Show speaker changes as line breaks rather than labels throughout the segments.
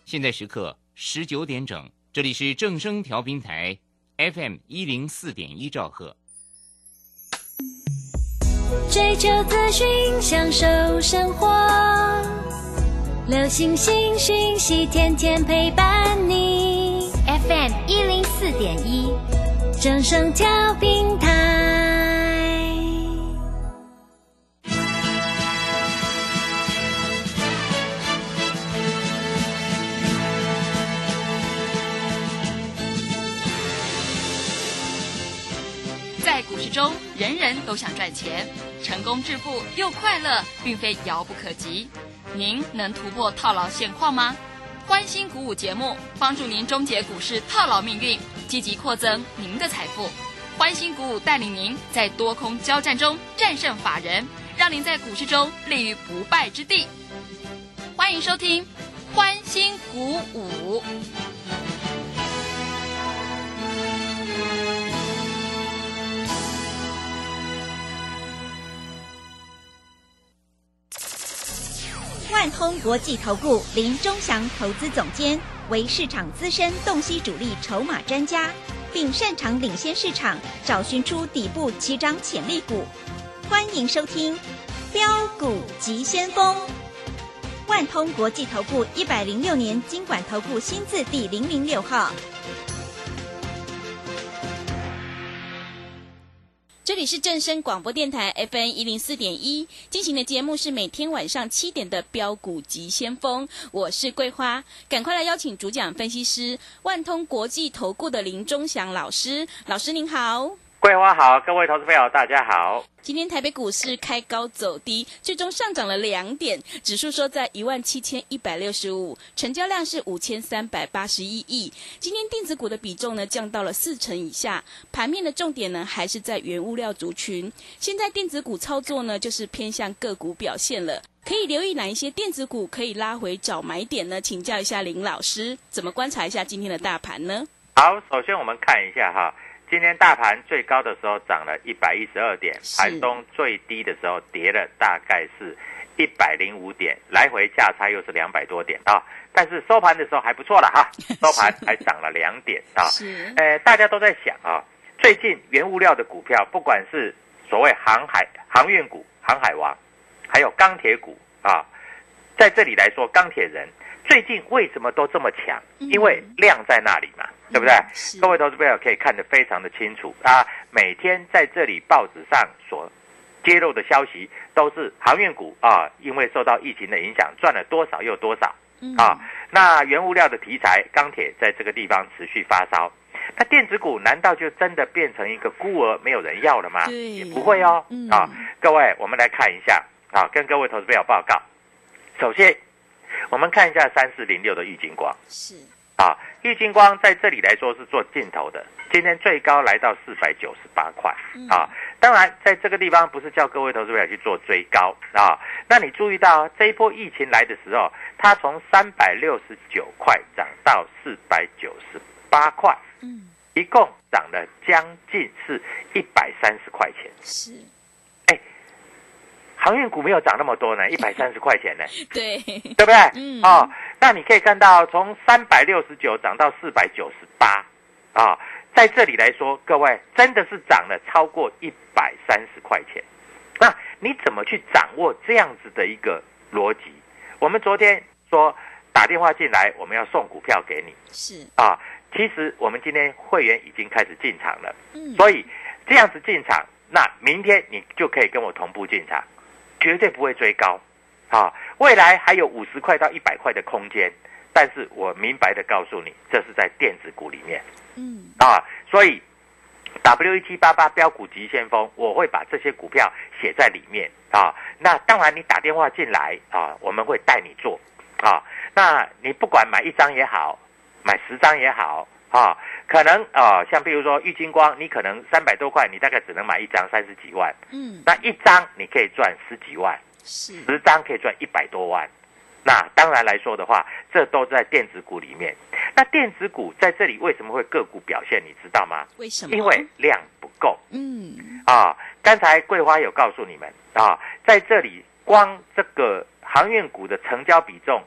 现在时刻19点整，这里是正声调频台 FM104.1兆赫。
追求资讯，享受生活，流行新讯息，天天陪伴你。FM104.1，正声调频台。
在股市中，人人都想赚钱，成功致富又快乐，并非遥不可及。您能突破套牢现况吗？欢欣鼓舞节目帮助您终结股市套牢命运，积极扩增您的财富。欢欣鼓舞带领您在多空交战中战胜法人，让您在股市中立于不败之地。欢迎收听欢欣鼓舞。
万通国际投顾林钟祥投资总监为市场资深洞悉主力筹码专家，并擅长领先市场，找寻出底部起涨潜力股。欢迎收听标股急先锋。万通国际投顾106年金管投顾新字第006号。
这里是正声广播电台 FN104.1 进行的节目是每天晚上7点的标股急先锋，我是桂花，赶快来邀请主讲分析师万通国际投顾的林钟祥老师。老师您好。
桂花好，各位投资朋友大家好。
今天台北股市开高走低，最终上涨了2点，指数收在17165，成交量是5381亿。今天电子股的比重呢降到了40%以下，盘面的重点呢还是在原物料族群。现在电子股操作呢就是偏向个股表现了，可以留意哪一些电子股可以拉回找买点呢？请教一下林老师，怎么观察一下今天的大盘呢？
好，首先我们看一下哈。今天大盘最高的时候涨了112点，盘中最低的时候跌了大概是105点，来回价差又是200多点啊。但是收盘的时候还不错了哈，收盘还涨了2点啊。大家都在想啊，最近原物料的股票，不管是所谓航运股、航海王，还有钢铁股啊，在这里来说，钢铁人最近为什么都这么强？因为量在那里嘛。对不对？各位投资朋友可以看得非常的清楚啊！每天在这里报纸上所揭露的消息都是航运股啊，因为受到疫情的影响，赚了多少又多少啊！那原物料的题材，钢铁在这个地方持续发烧，那电子股难道就真的变成一个孤儿没有人要了吗？也不会哦啊！各位，我们来看一下啊，跟各位投资朋友报告。首先，我们看一下3406的玉晶光是。啊，玉晶光在这里来说是做镜头的，今天最高来到498块啊。当然，在这个地方不是叫各位投资者去做追高啊。那你注意到这一波疫情来的时候，它从369块涨到498块，一共涨了将近是130块钱。是。航运股没有涨那么多呢，130块钱呢，对不对？那你可以看到从369涨到498啊，在这里来说，各位真的是涨了超过130块钱。那你怎么去掌握这样子的一个逻辑？我们昨天说打电话进来，我们要送股票给你，是啊，其实我们今天会员已经开始进场了，所以这样子进场，那明天你就可以跟我同步进场。绝对不会追高，啊，未来还有50块到100块的空间，但是我明白的告诉你，这是在电子股里面，所以 W1788 标股急先锋，我会把这些股票写在里面啊。那当然，你打电话进来啊，我们会带你做啊。那你不管买1张也好，买10张也好啊，可能像比如说玉晶光，你可能300多块，你大概只能买1张30几万，那1张你可以赚10几万，10张可以赚100多万。那当然来说的话，这都在电子股里面。那电子股在这里为什么会个股表现，你知道吗？
为什么？
因为量不够。刚才桂花有告诉你们啊，在这里光这个航运股的成交比重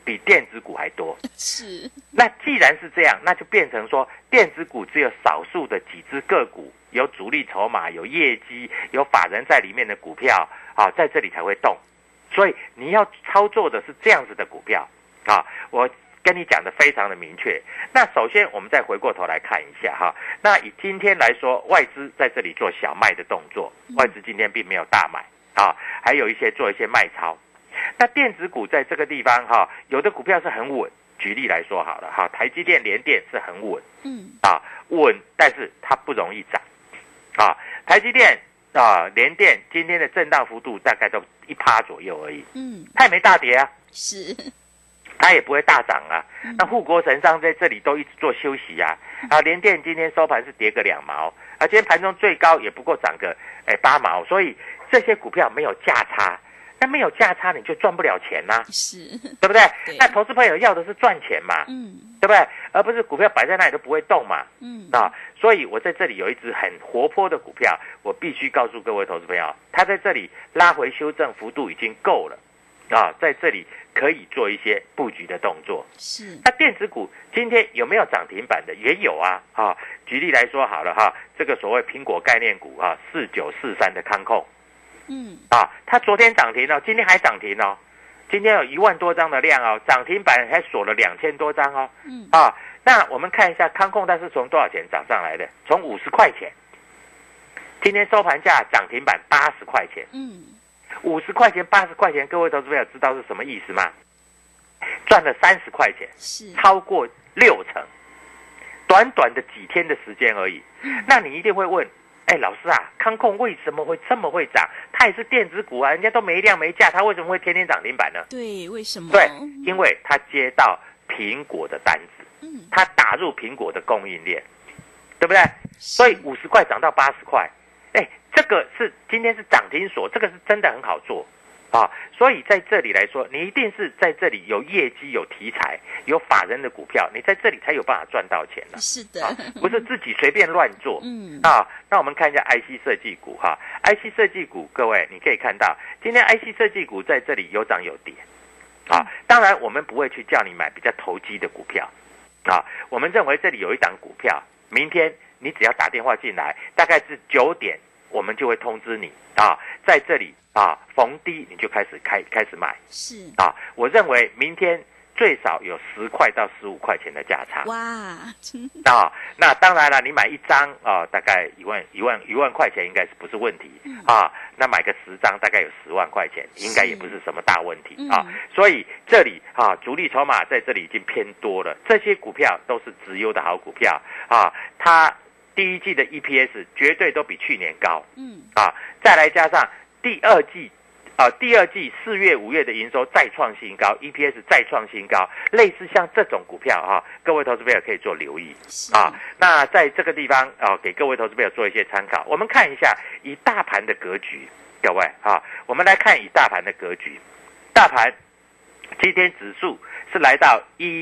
比电子股还多。
是，
那既然是这样，那就变成说电子股只有少数的几只个股有主力筹码、有业绩、有法人在里面的股票啊，在这里才会动。所以你要操作的是这样子的股票啊，我跟你讲的非常的明确。那首先我们再回过头来看一下哈，那以今天来说，外资在这里做小卖的动作，外资今天并没有大买啊，还有一些做一些卖超。那电子股在这个地方哈，有的股票是很稳，举例来说好了哈，台积电、联电是很稳，稳，但是它不容易涨啊。台积电啊，联电今天的震荡幅度大概都1%左右而已，它也没大跌啊，
是，
它也不会大涨啊。那护国神山在这里都一直做休息啊。联电今天收盘是跌个2毛，今天盘中最高也不过涨个8毛，所以这些股票没有价差。那没有价差，你就赚不了钱呐，
是，
对不对？
对，
那投资朋友要的是赚钱嘛，对不对？而不是股票摆在那里都不会动嘛，所以我在这里有一只很活泼的股票，我必须告诉各位投资朋友，它在这里拉回修正幅度已经够了啊，在这里可以做一些布局的动作。
是，
那电子股今天有没有涨停板的？也有啊，举例来说好了哈，这个所谓苹果概念股啊，4943的康控。它昨天涨停哦，今天还涨停哦，今天有1万多张的量哦，涨停板还锁了2000多张哦，那我们看一下康控，它是从多少钱涨上来的？从50块钱，今天收盘价涨停板80块钱，50块钱、80块钱，各位投资朋友知道是什么意思吗？赚了30块钱，
是
超过60%，短短的几天的时间而已。那你一定会问，老师啊，康控为什么会这么会涨？它也是电子股啊，人家都没量没价，它为什么会天天涨停板呢？
对，为什么？
对，因为它接到苹果的单子，它打入苹果的供应链，对不对？所以50块涨到80块，这个是今天是涨停锁，这个是真的很好做啊。所以在这里来说，你一定是在这里有业绩、有题材、有法人的股票，你在这里才有办法赚到钱的。
是的，
不是自己随便乱做。那我们看一下 IC 设计股哈，IC 设计股，各位你可以看到，今天 IC 设计股在这里有涨有跌啊。当然，我们不会去叫你买比较投机的股票啊。我们认为这里有一档股票，明天你只要打电话进来，大概是9点，我们就会通知你啊，在这里逢低你就开始买。
是
啊，我认为明天最少有10块到15块钱的价差。
哇，
那当然了，你买1张大概1万块钱应该是不是问题那买个10张大概有10万块钱，应该也不是什么大问题所以这里主力筹码在这里已经偏多了，这些股票都是直优的好股票它第一季的 EPS 绝对都比去年高再来加上第二季4月、5月的营收再创新高 ，EPS 再创新高，类似像这种股票各位投资朋友可以做留意那在这个地方给各位投资朋友做一些参考。我们看一下以大盘的格局，各位我们来看以大盘的格局，大盘今天指数是来到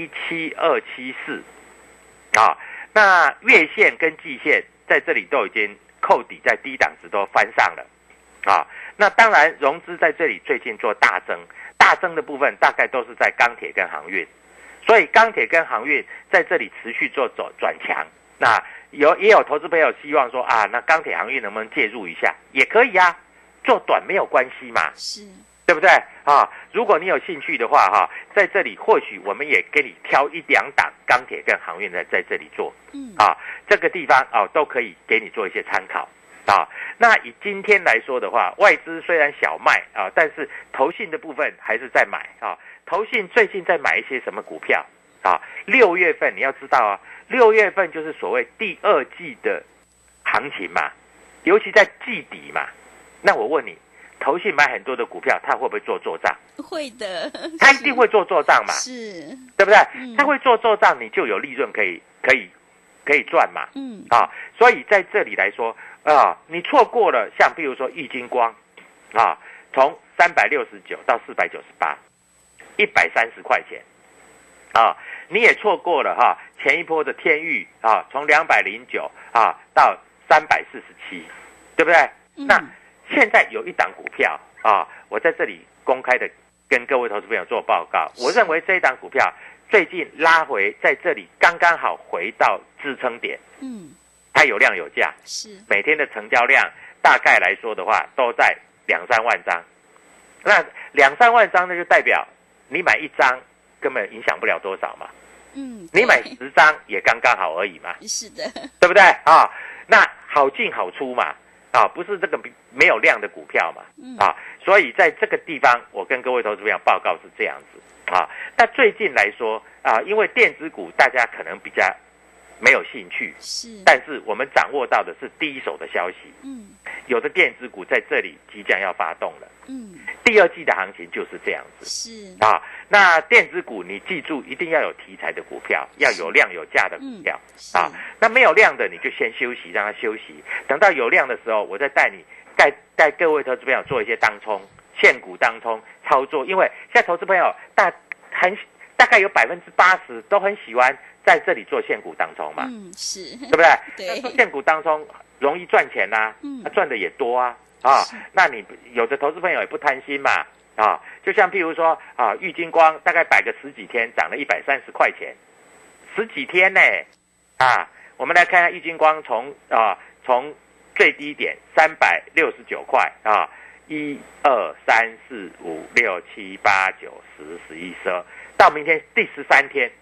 17274那月线跟季线在这里都已经扣底，在低档值都翻上了那当然融资在这里最近做大增的部分大概都是在钢铁跟航运，所以钢铁跟航运在这里持续做转强。那也有投资朋友希望说那钢铁航运能不能介入一下？也可以做短没有关系嘛，
是，
对不对如果你有兴趣的话在这里或许我们也给你挑1-2档钢铁跟航运在这里做这个地方都可以给你做一些参考那以今天来说的话，外资虽然小卖但是投信的部分还是在买投信最近在买一些什么股票6月份你要知道6月份就是所谓第2季的行情嘛，尤其在季底嘛。那我问你，投信买很多的股票，他会不会做账？
会的，
他一定会做账嘛，
是，
对不对？他会做账，你就有利润可以赚嘛。所以在这里来说你错过了像比如说玉晶光从369到498 130块钱你也错过了前一波的天钰从209到347，对不对？那现在有一档股票我在这里公开的跟各位投资朋友做报告。我认为这一档股票最近拉回在这里刚刚好回到支撑点，它有量有价，
是
每天的成交量大概来说的话都在2-3万张。那2-3万张呢，就代表你买1张根本影响不了多少嘛。你买10张也刚刚好而已嘛。
是的，
对不对啊？那好进好出嘛，啊，不是这个没有量的股票嘛，啊，所以在这个地方，我跟各位投资朋友报告是这样子啊。那最近来说啊，因为电子股大家可能比较没有兴趣，但是我们掌握到的是第一手的消息，有的电子股在这里即将要发动了，第二季的行情就是这样子，
是
啊。那电子股你记住，一定要有题材的股票，要有量有价的股票，啊。那没有量的你就先休息，让它休息，等到有量的时候，我再带你带各位投资朋友做一些当冲、现股当冲操作，因为现在投资朋友大概有80%都很喜欢在这里做现股当冲嘛，
是，
对不对？
对，
现股当冲容易赚钱呐，赚的也多啊，啊，那你有的投资朋友也不贪心嘛，啊，就像譬如说啊，玉晶光大概摆个10几天涨了130块钱，10几天呢，啊，我们来看看玉晶光从最低点369块啊，1、2、3、4、5、6、7、8、9、10、11、12，到明天第13天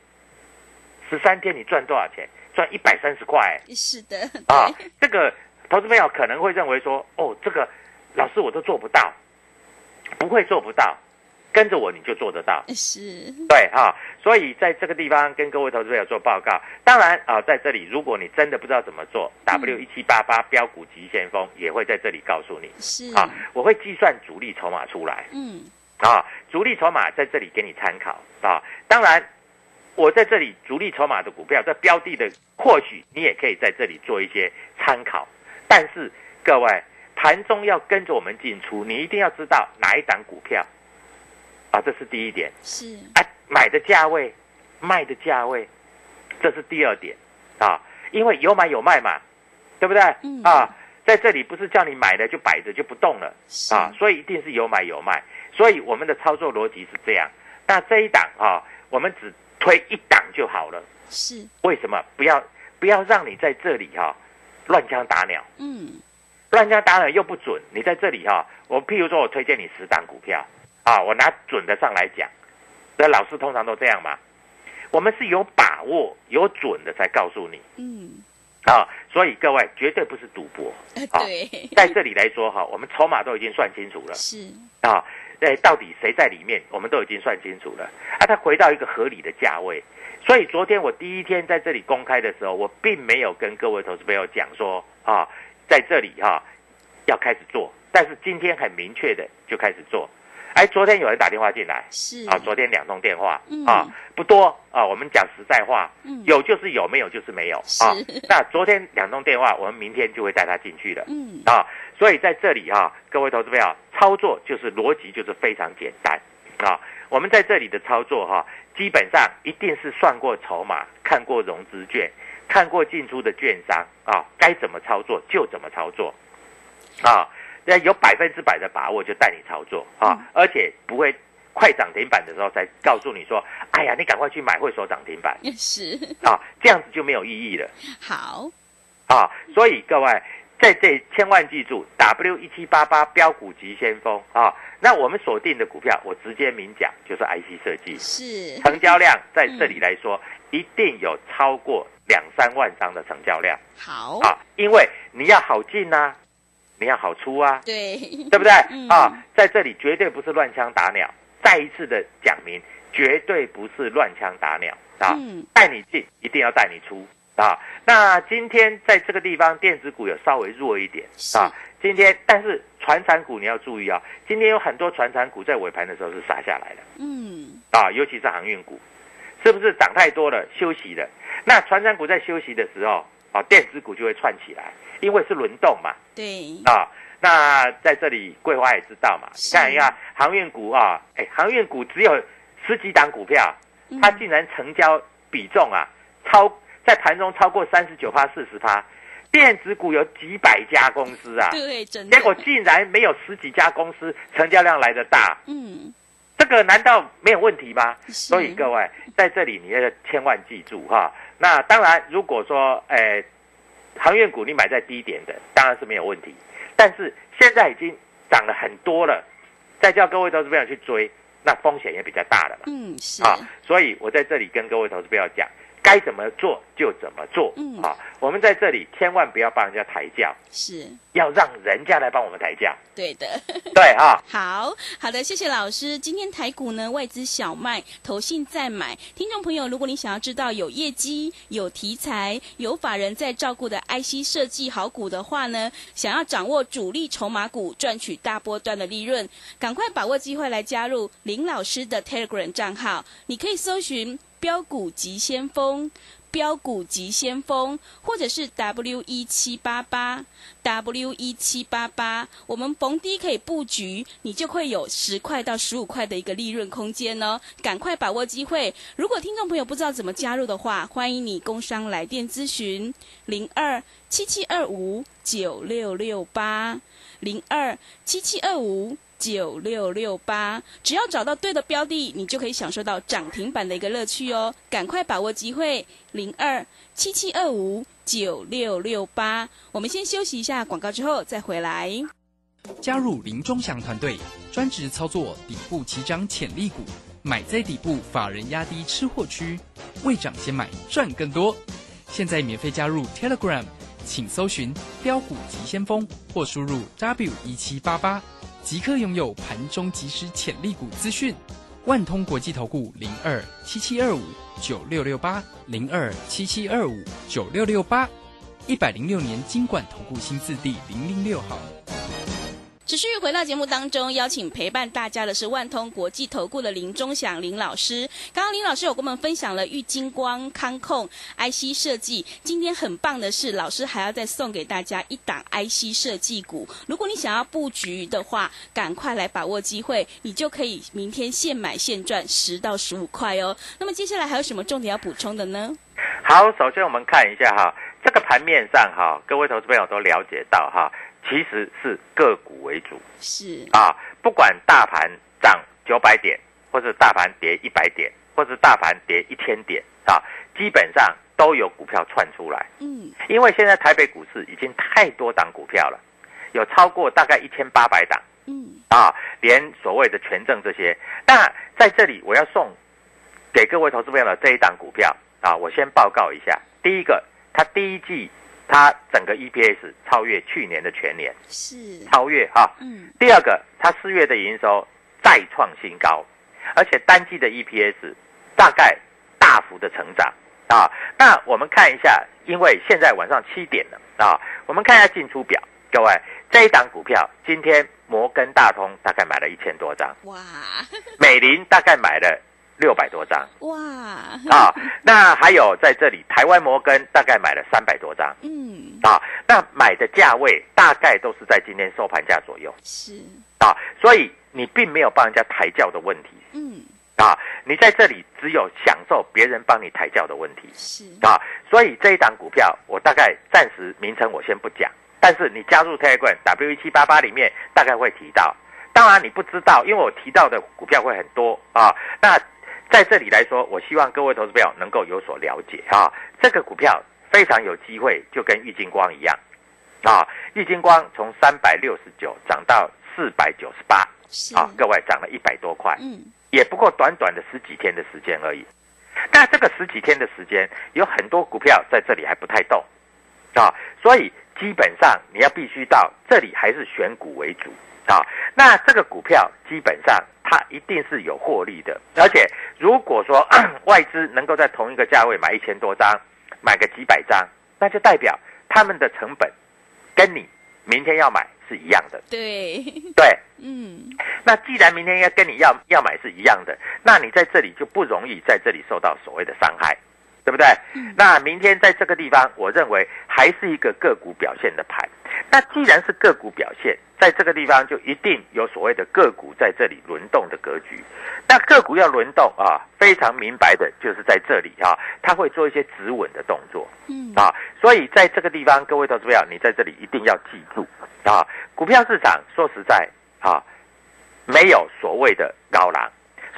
，13天你赚多少钱？赚130块。
是的，
啊，这个投资朋友可能会认为说，哦，这个老师我都做不到，不会做不到，跟着我你就做得到。
是，
对啊，所以在这个地方跟各位投资朋友做报告。当然啊，在这里如果你真的不知道怎么做，W1788标股急先锋也会在这里告诉你。
是
啊，我会计算主力筹码出来。啊，主力筹码在这里给你参考啊。当然，我在这里主力筹码的股票，在标的的或许你也可以在这里做一些参考。但是各位，盘中要跟着我们进出，你一定要知道哪一档股票啊，这是第一点。
是
啊，买的价位，卖的价位，这是第二点啊。因为有买有卖嘛，对不对？啊，在这里不是叫你买了就摆着就不动了啊，所以一定是有买有卖。所以我们的操作逻辑是这样。那这一档啊，我们只推一档就好了。
是
为什么？不要让你在这里哈乱枪打鸟。乱枪打鸟又不准。你在这里哈，我譬如说我推荐你10档股票啊，我拿准的上来讲，那老师通常都这样嘛。我们是有把握、有准的才告诉你。啊，所以各位绝对不是赌博。啊，
对，
在这里来说哈，我们筹码都已经算清楚了。
是
啊。到底谁在里面，我们都已经算清楚了啊！它回到一个合理的价位，所以昨天我第一天在这里公开的时候，我并没有跟各位投资朋友讲说啊，在这里哈要开始做，但是今天很明确的就开始做。昨天有人打电话进来，
是
啊，昨天2通电话啊，不多啊，我们讲实在话，有就是有，没有就是没有啊。那昨天2通电话，我们明天就会带他进去了，啊，所以在这里哈，各位投资朋友，操作就是逻辑就是非常简单啊。我们在这里的操作哈，基本上一定是算过筹码，看过融资券，看过进出的券商啊，该怎么操作就怎么操作啊。有100%的把握就带你操作啊，而且不会快涨停板的时候才告诉你说，哎呀，你赶快去买会锁涨停板，
是
啊，这样子就没有意义了。
好，
啊，所以各位在这千万记住 W1788标股急先锋啊，那我们锁定的股票，我直接明讲就是 IC 设计，
是
成交量在这里来说，一定有超过2-3万张的成交量。
好
啊，因为你要好进啊。你要好出啊，
对
不对？啊，在这里绝对不是乱枪打鸟。再一次的讲明，绝对不是乱枪打鸟啊！带你进，一定要带你出啊！那今天在这个地方，电子股有稍微弱一点啊。今天，但是传产股你要注意啊，今天有很多传产股在尾盘的时候是杀下来的，啊，尤其是航运股，是不是涨太多了，休息了？那传产股在休息的时候，啊，电子股就会串起来。因为是轮动嘛，
对
啊，那在这里桂花也知道嘛，看一下航运股啊，航运股只有10几档股票，它竟然成交比重啊在盘中超过39%、40%，电子股有几百家公司啊，
对，真的，
结果竟然没有10几家公司成交量来得大， 这个难道没有问题吗？所以各位在这里你要千万记住哈。那当然，如果说航运股你买在低点的，当然是没有问题。但是现在已经涨了很多了，再叫各位投资朋友去追，那风险也比较大了嘛。
是
所以我在这里跟各位投资朋友讲，该怎么做就怎么做。我们在这里千万不要帮人家抬轿，
是
要让人家来帮我们抬轿。
对的，
对啊。
好的，谢谢老师。今天台股呢，外资小卖，投信在买。听众朋友，如果你想要知道有业绩、有题材、有法人在照顾的 IC 设计好股的话呢，想要掌握主力筹码股，赚取大波段的利润，赶快把握机会来加入林老师的 Telegram 账号。你可以搜寻标股急先锋，标股急先锋，或者是 W1788 W1788，我们逢低可以布局，你就会有10块到15块的一个利润空间哦，赶快把握机会。如果听众朋友不知道怎么加入的话，欢迎你工商来电咨询02-7725-9668 02-7725-9668，只要找到对的标的，你就可以享受到涨停板的一个乐趣哦！赶快把握机会，02-7725-9668。我们先休息一下广告，之后再回来。
加入林钟祥团队，专职操作底部起涨潜力股，买在底部，法人压低吃货区，未涨先买赚更多。现在免费加入 Telegram， 请搜寻标股急先锋或输入 W1788。即刻拥有盘中即时潜力股资讯。万通国际投顾02-7725-9668 02-7725-9668 106年金管投顾新字第006号。
持续回到节目当中，邀请陪伴大家的是万通国际投顾的林钟祥林老师。刚刚林老师有跟我们分享了玉晶光、康控、IC 设计，今天很棒的是，老师还要再送给大家一档 IC 设计股。如果你想要布局的话，赶快来把握机会，你就可以明天现买现赚10到15块哦。那么接下来还有什么重点要补充的呢？
好，首先我们看一下哈，这个盘面上哈，各位投资朋友都了解到哈，其实是个股为主，
是
不管大盘涨900点，或是大盘跌100点，或是大盘跌1000点基本上都有股票窜出来。因为现在台北股市已经太多档股票了，有超过大概1800档。连所谓的权证这些。那在这里我要送给各位投资朋友的这一档股票我先报告一下。第一个，它第一季它整个 EPS 超越去年的全年，
是
超越第二个，它4月的营收再创新高，而且单季的 EPS 大概大幅的成长那我们看一下，因为现在晚上7点了我们看一下进出表。各位，这一档股票今天摩根大通大概买了1000多张，
哇，
美林大概买了600多张，
哇
那还有在这里台湾摩根大概买了300多张，那买的价位大概都是在今天收盘价左右，
是
所以你并没有帮人家抬轿的问题，你在这里只有享受别人帮你抬轿的问题，
是
所以这一档股票我大概暂时名称我先不讲，但是你加入 Telegram W1788 里面大概会提到。当然你不知道，因为我提到的股票会很多那在这里来说，我希望各位投资朋友能够有所了解这个股票非常有机会，就跟玉晶光一样玉晶光从369涨到498各位涨了100多块，也不过短短的10几天的时间而已。那这个10几天的时间，有很多股票在这里还不太动所以基本上你要必须到这里还是选股为主那这个股票基本上它一定是有获利的，而且如果说外资能够在同一个价位买1000多张，买个几百张，那就代表他们的成本跟你明天要买是一样的。
对，
那既然明天要跟你要买是一样的，那你在这里就不容易在这里受到所谓的伤害，对不对？那明天在这个地方，我认为还是一个个股表现的盘。那既然是个股表现，在这个地方就一定有所谓的个股在这里轮动的格局。那个股要轮动非常明白的就是在这里它会做一些止稳的动作所以在这个地方，各位投资朋友，你在这里一定要记住股票市场说实在没有所谓的高狼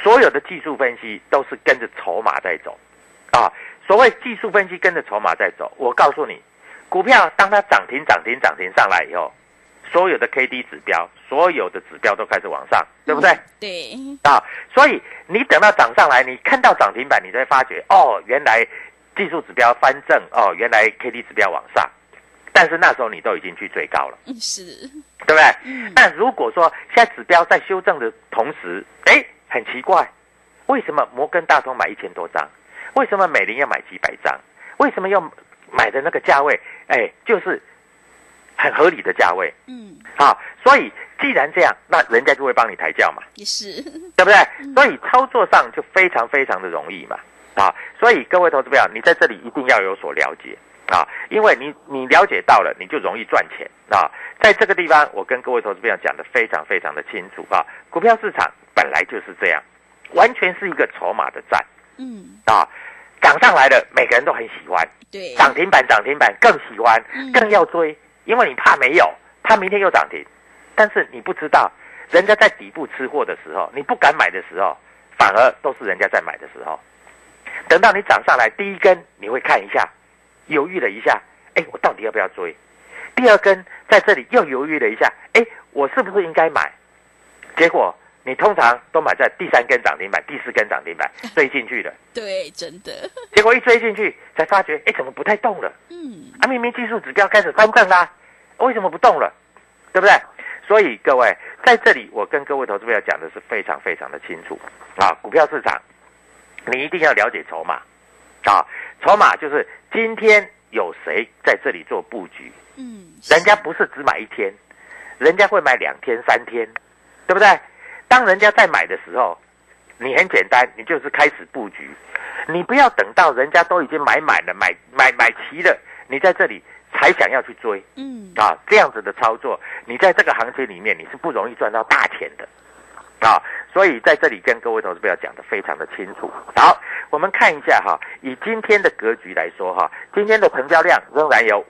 所有的技术分析都是跟着筹码在走啊。所谓技术分析跟着筹码在走，我告诉你，股票当它涨停上来以后，所有的 KD 指标，所有的指标都开始往上，对不对？
对
啊，所以你等到涨上来，你看到涨停板，你才发觉哦，原来技术指标翻正哦，原来 KD 指标往上，但是那时候你都已经去追高了，
是，
对不对？但如果说现在指标在修正的同时，很奇怪，为什么摩根大通买1000多张？为什么美林要买几百张？为什么要买的那个价位？就是很合理的价位。所以既然这样，那人家就会帮你抬轿嘛，
也是，
对不对？所以操作上就非常非常的容易嘛。所以各位投资朋友，你在这里一定要有所了解因为你了解到了，你就容易赚钱在这个地方，我跟各位投资朋友讲的非常非常的清楚股票市场本来就是这样，完全是一个筹码的战。涨上来了，每个人都很喜欢，
对，
涨停板更喜欢，更要追，因为你怕没有，它明天又涨停，但是你不知道，人家在底部吃货的时候，你不敢买的时候，反而都是人家在买的时候。等到你涨上来第一根，你会看一下，犹豫了一下，我到底要不要追？第二根在这里又犹豫了一下，我是不是应该买？结果你通常都买在第3根涨停板、第4根涨停板追进去的，
对，真的。
结果一追进去，才发觉，怎么不太动了？明明技术指标开始翻正啦，为什么不动了？对不对？所以各位在这里，我跟各位投资朋友讲的是非常非常的清楚股票市场你一定要了解筹码筹码就是今天有谁在这里做布局？人家不是只买1天，人家会买2天、3天，对不对？当人家在买的时候，你很简单，你就是开始布局，你不要等到人家都已经买满了、买齐了，你在这里才想要去追，这样子的操作，你在这个行情里面你是不容易赚到大钱的，所以在这里跟各位投资朋友讲得非常的清楚。好，我们看一下以今天的格局来说今天的成交量仍然有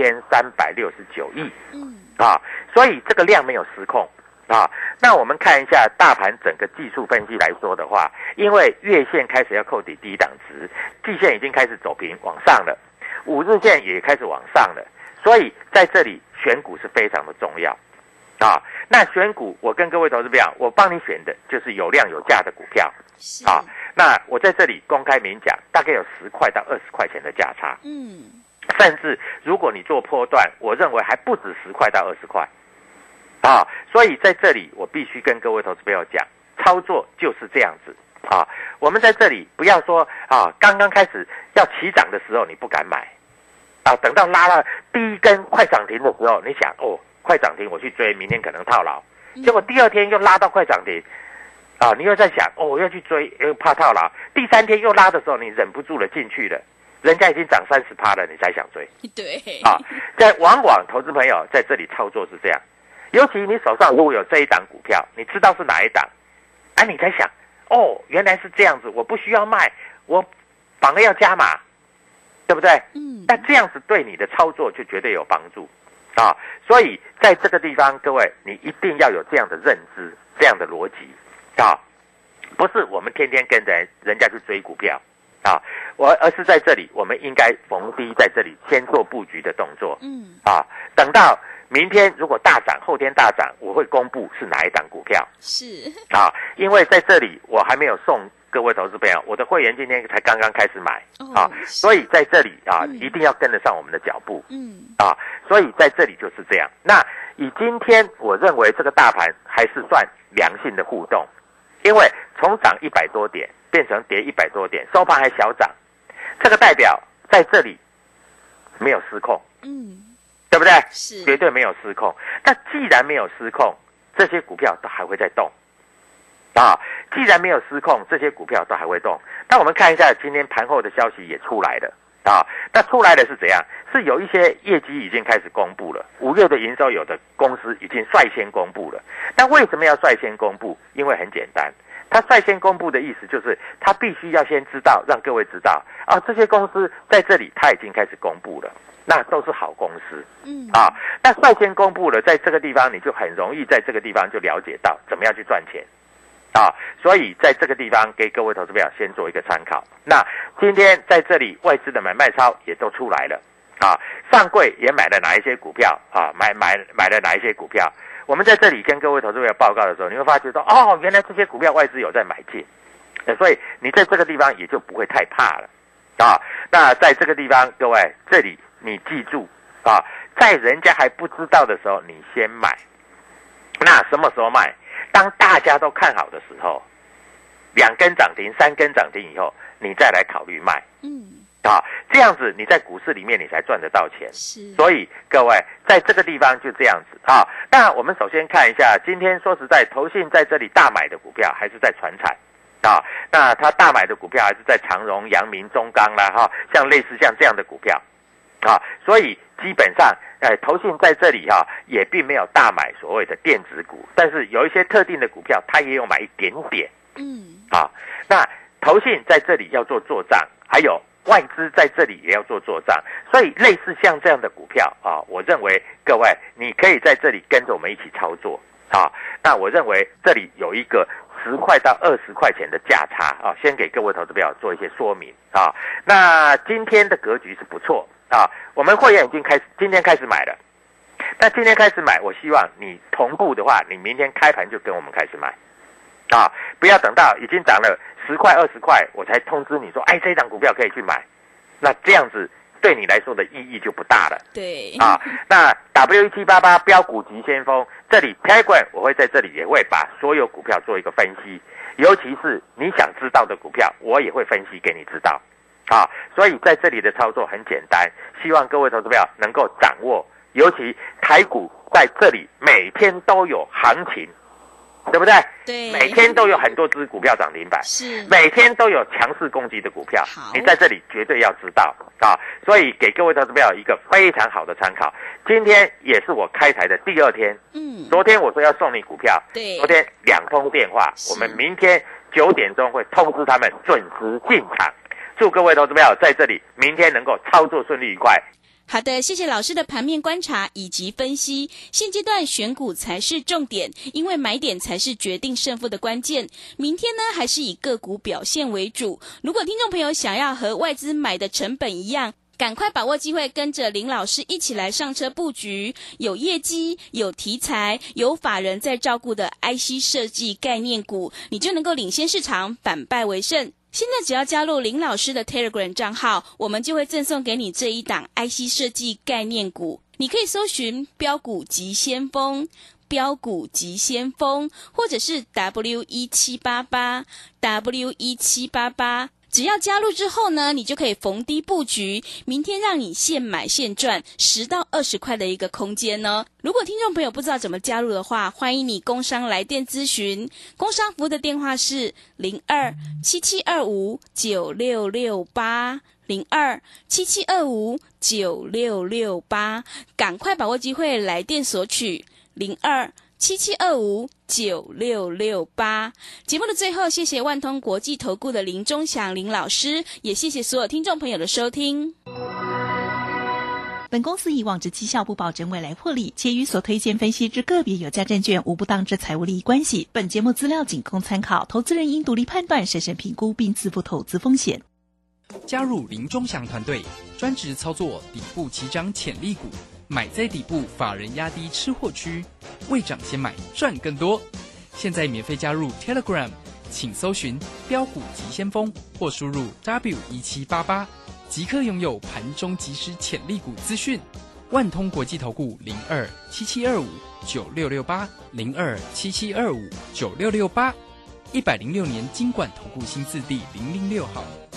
5369亿，所以这个量没有失控。那我们看一下大盘整个技术分析来说的话，因为月线开始要扣底低档值，季线已经开始走平往上了，5日线也开始往上了，所以在这里选股是非常的重要那选股我跟各位投资朋友，我帮你选的就是有量有价的股票那我在这里公开明讲，大概有10块到20块钱的价差，甚至如果你做波段，我认为还不止10块到20块所以在这里我必须跟各位投资朋友讲，操作就是这样子我们在这里不要说刚刚开始要起涨的时候你不敢买等到拉了第一根快涨停的时候，你想快涨停我去追，明天可能套牢，结果第2天又拉到快涨停你又在想我要去追，又怕套牢，第3天又拉的时候你忍不住了进去了，人家已经涨30%了，你才想追，
对
在往往投资朋友在这里操作是这样，尤其你手上如果有这一档股票，你知道是哪一档你才想原来是这样子，我不需要卖，我反而要加码，对不对？那这样子对你的操作就绝对有帮助所以在这个地方，各位你一定要有这样的认知，这样的逻辑不是我们天天跟着人家去追股票而是在这里我们应该逢低在这里先做布局的动作等到明天如果大涨，后天大涨，我会公布是哪一档股票，
是
因为在这里我还没有送各位投资朋友，我的会员今天才刚刚开始买所以在这里一定要跟得上我们的脚步所以在这里就是这样。那以今天我认为这个大盘还是算良性的互动，因为从涨100多点变成跌100多点，收盘还小涨，这个代表在这里没有失控对不对？
是，
绝对没有失控。那既然没有失控，这些股票都还会再动既然没有失控，这些股票都还会动。那我们看一下今天盘后的消息也出来了那出来的是怎样？是有一些业绩已经开始公布了，5月的营收有的公司已经率先公布了。那为什么要率先公布？因为很简单，他率先公布的意思就是他必须要先知道，让各位知道这些公司在这里他已经开始公布了，那都是好公司那率先公布了，在这个地方你就很容易在这个地方就了解到怎么样去赚钱所以在这个地方给各位投资朋友先做一个参考。那今天在这里外资的买卖超也都出来了上柜也买了哪一些股票买了哪一些股票。我们在这里跟各位投资朋友报告的时候，你会发觉说原来这些股票外资有在买进，所以你在这个地方也就不会太怕了那在这个地方各位这里你记住在人家还不知道的时候你先买。那什么时候卖？当大家都看好的时候，2根涨停3根涨停以后你再来考虑卖这样子你在股市里面你才赚得到钱。所以各位在这个地方就这样子那我们首先看一下今天说实在投信在这里大买的股票还是在传产那他大买的股票还是在长荣、阳明、中钢啦像类似像这样的股票所以基本上投信在这里也并没有大买所谓的电子股，但是有一些特定的股票他也有买一点点那投信在这里要做作账，还有外资在这里也要做作账，所以类似像这样的股票我认为各位你可以在这里跟着我们一起操作那我认为这里有一个10块到20块钱的价差先给各位投资朋友做一些说明那今天的格局是不错我们会员已经今天开始买了。那今天开始买，我希望你同步的话，你明天开盘就跟我们开始买不要等到已经涨了10块20块我才通知你说这档股票可以去买，那这样子对你来说的意义就不大了。
对
那 W1788 标股急先锋这里 Telegram 我会在这里也会把所有股票做一个分析，尤其是你想知道的股票我也会分析给你知道所以在这里的操作很简单，希望各位投资朋友能够掌握，尤其台股在这里每天都有行情，对不对？
对，
每天都有很多只股票涨停板，
是
每天都有强势攻击的股票，你在这里绝对要知道所以给各位投资朋友一个非常好的参考。今天也是我开台的第2天昨天我说要送你股票，
对，
昨天2通电话，我们明天9点钟会通知他们准时进场。祝各位投资朋友在这里明天能够操作顺利愉快。
好的，谢谢老师的盘面观察以及分析。现阶段选股才是重点，因为买点才是决定胜负的关键。明天呢，还是以个股表现为主。如果听众朋友想要和外资买的成本一样，赶快把握机会，跟着林老师一起来上车布局，有业绩、有题材、有法人在照顾的 IC 设计概念股，你就能够领先市场，反败为胜。现在只要加入林老师的 Telegram 账号，我们就会赠送给你这一档 IC 设计概念股。你可以搜寻标股急先锋、标股急先锋，或者是 W1788 W1788。只要加入之后呢，你就可以逢低布局，明天让你现买现赚10到20块的一个空间呢。如果听众朋友不知道怎么加入的话，欢迎你工商来电咨询，工商服务的电话是02-7725-9668 02-7725-9668，赶快把握机会来电索取02-7725-9668。节目的最后，谢谢万通国际投顾的林钟祥林老师，也谢谢所有听众朋友的收听。
本公司以往之绩效不保证未来获利，且与所推荐分析之个别有价证券无不当之财务利益关系。本节目资料仅供参考，投资人应独立判断、审慎评估并自负投资风险。
加入林钟祥团队，专职操作底部起涨潜力股，买在底部，法人压低吃货区，未涨先买赚更多。现在免费加入 Telegram， 请搜寻标股急先锋或输入 W1788， 即刻拥有盘中即时潜力股资讯。万通国际投顾02-7725-9668 02-7725-9668，106年金管投顾新字第006号。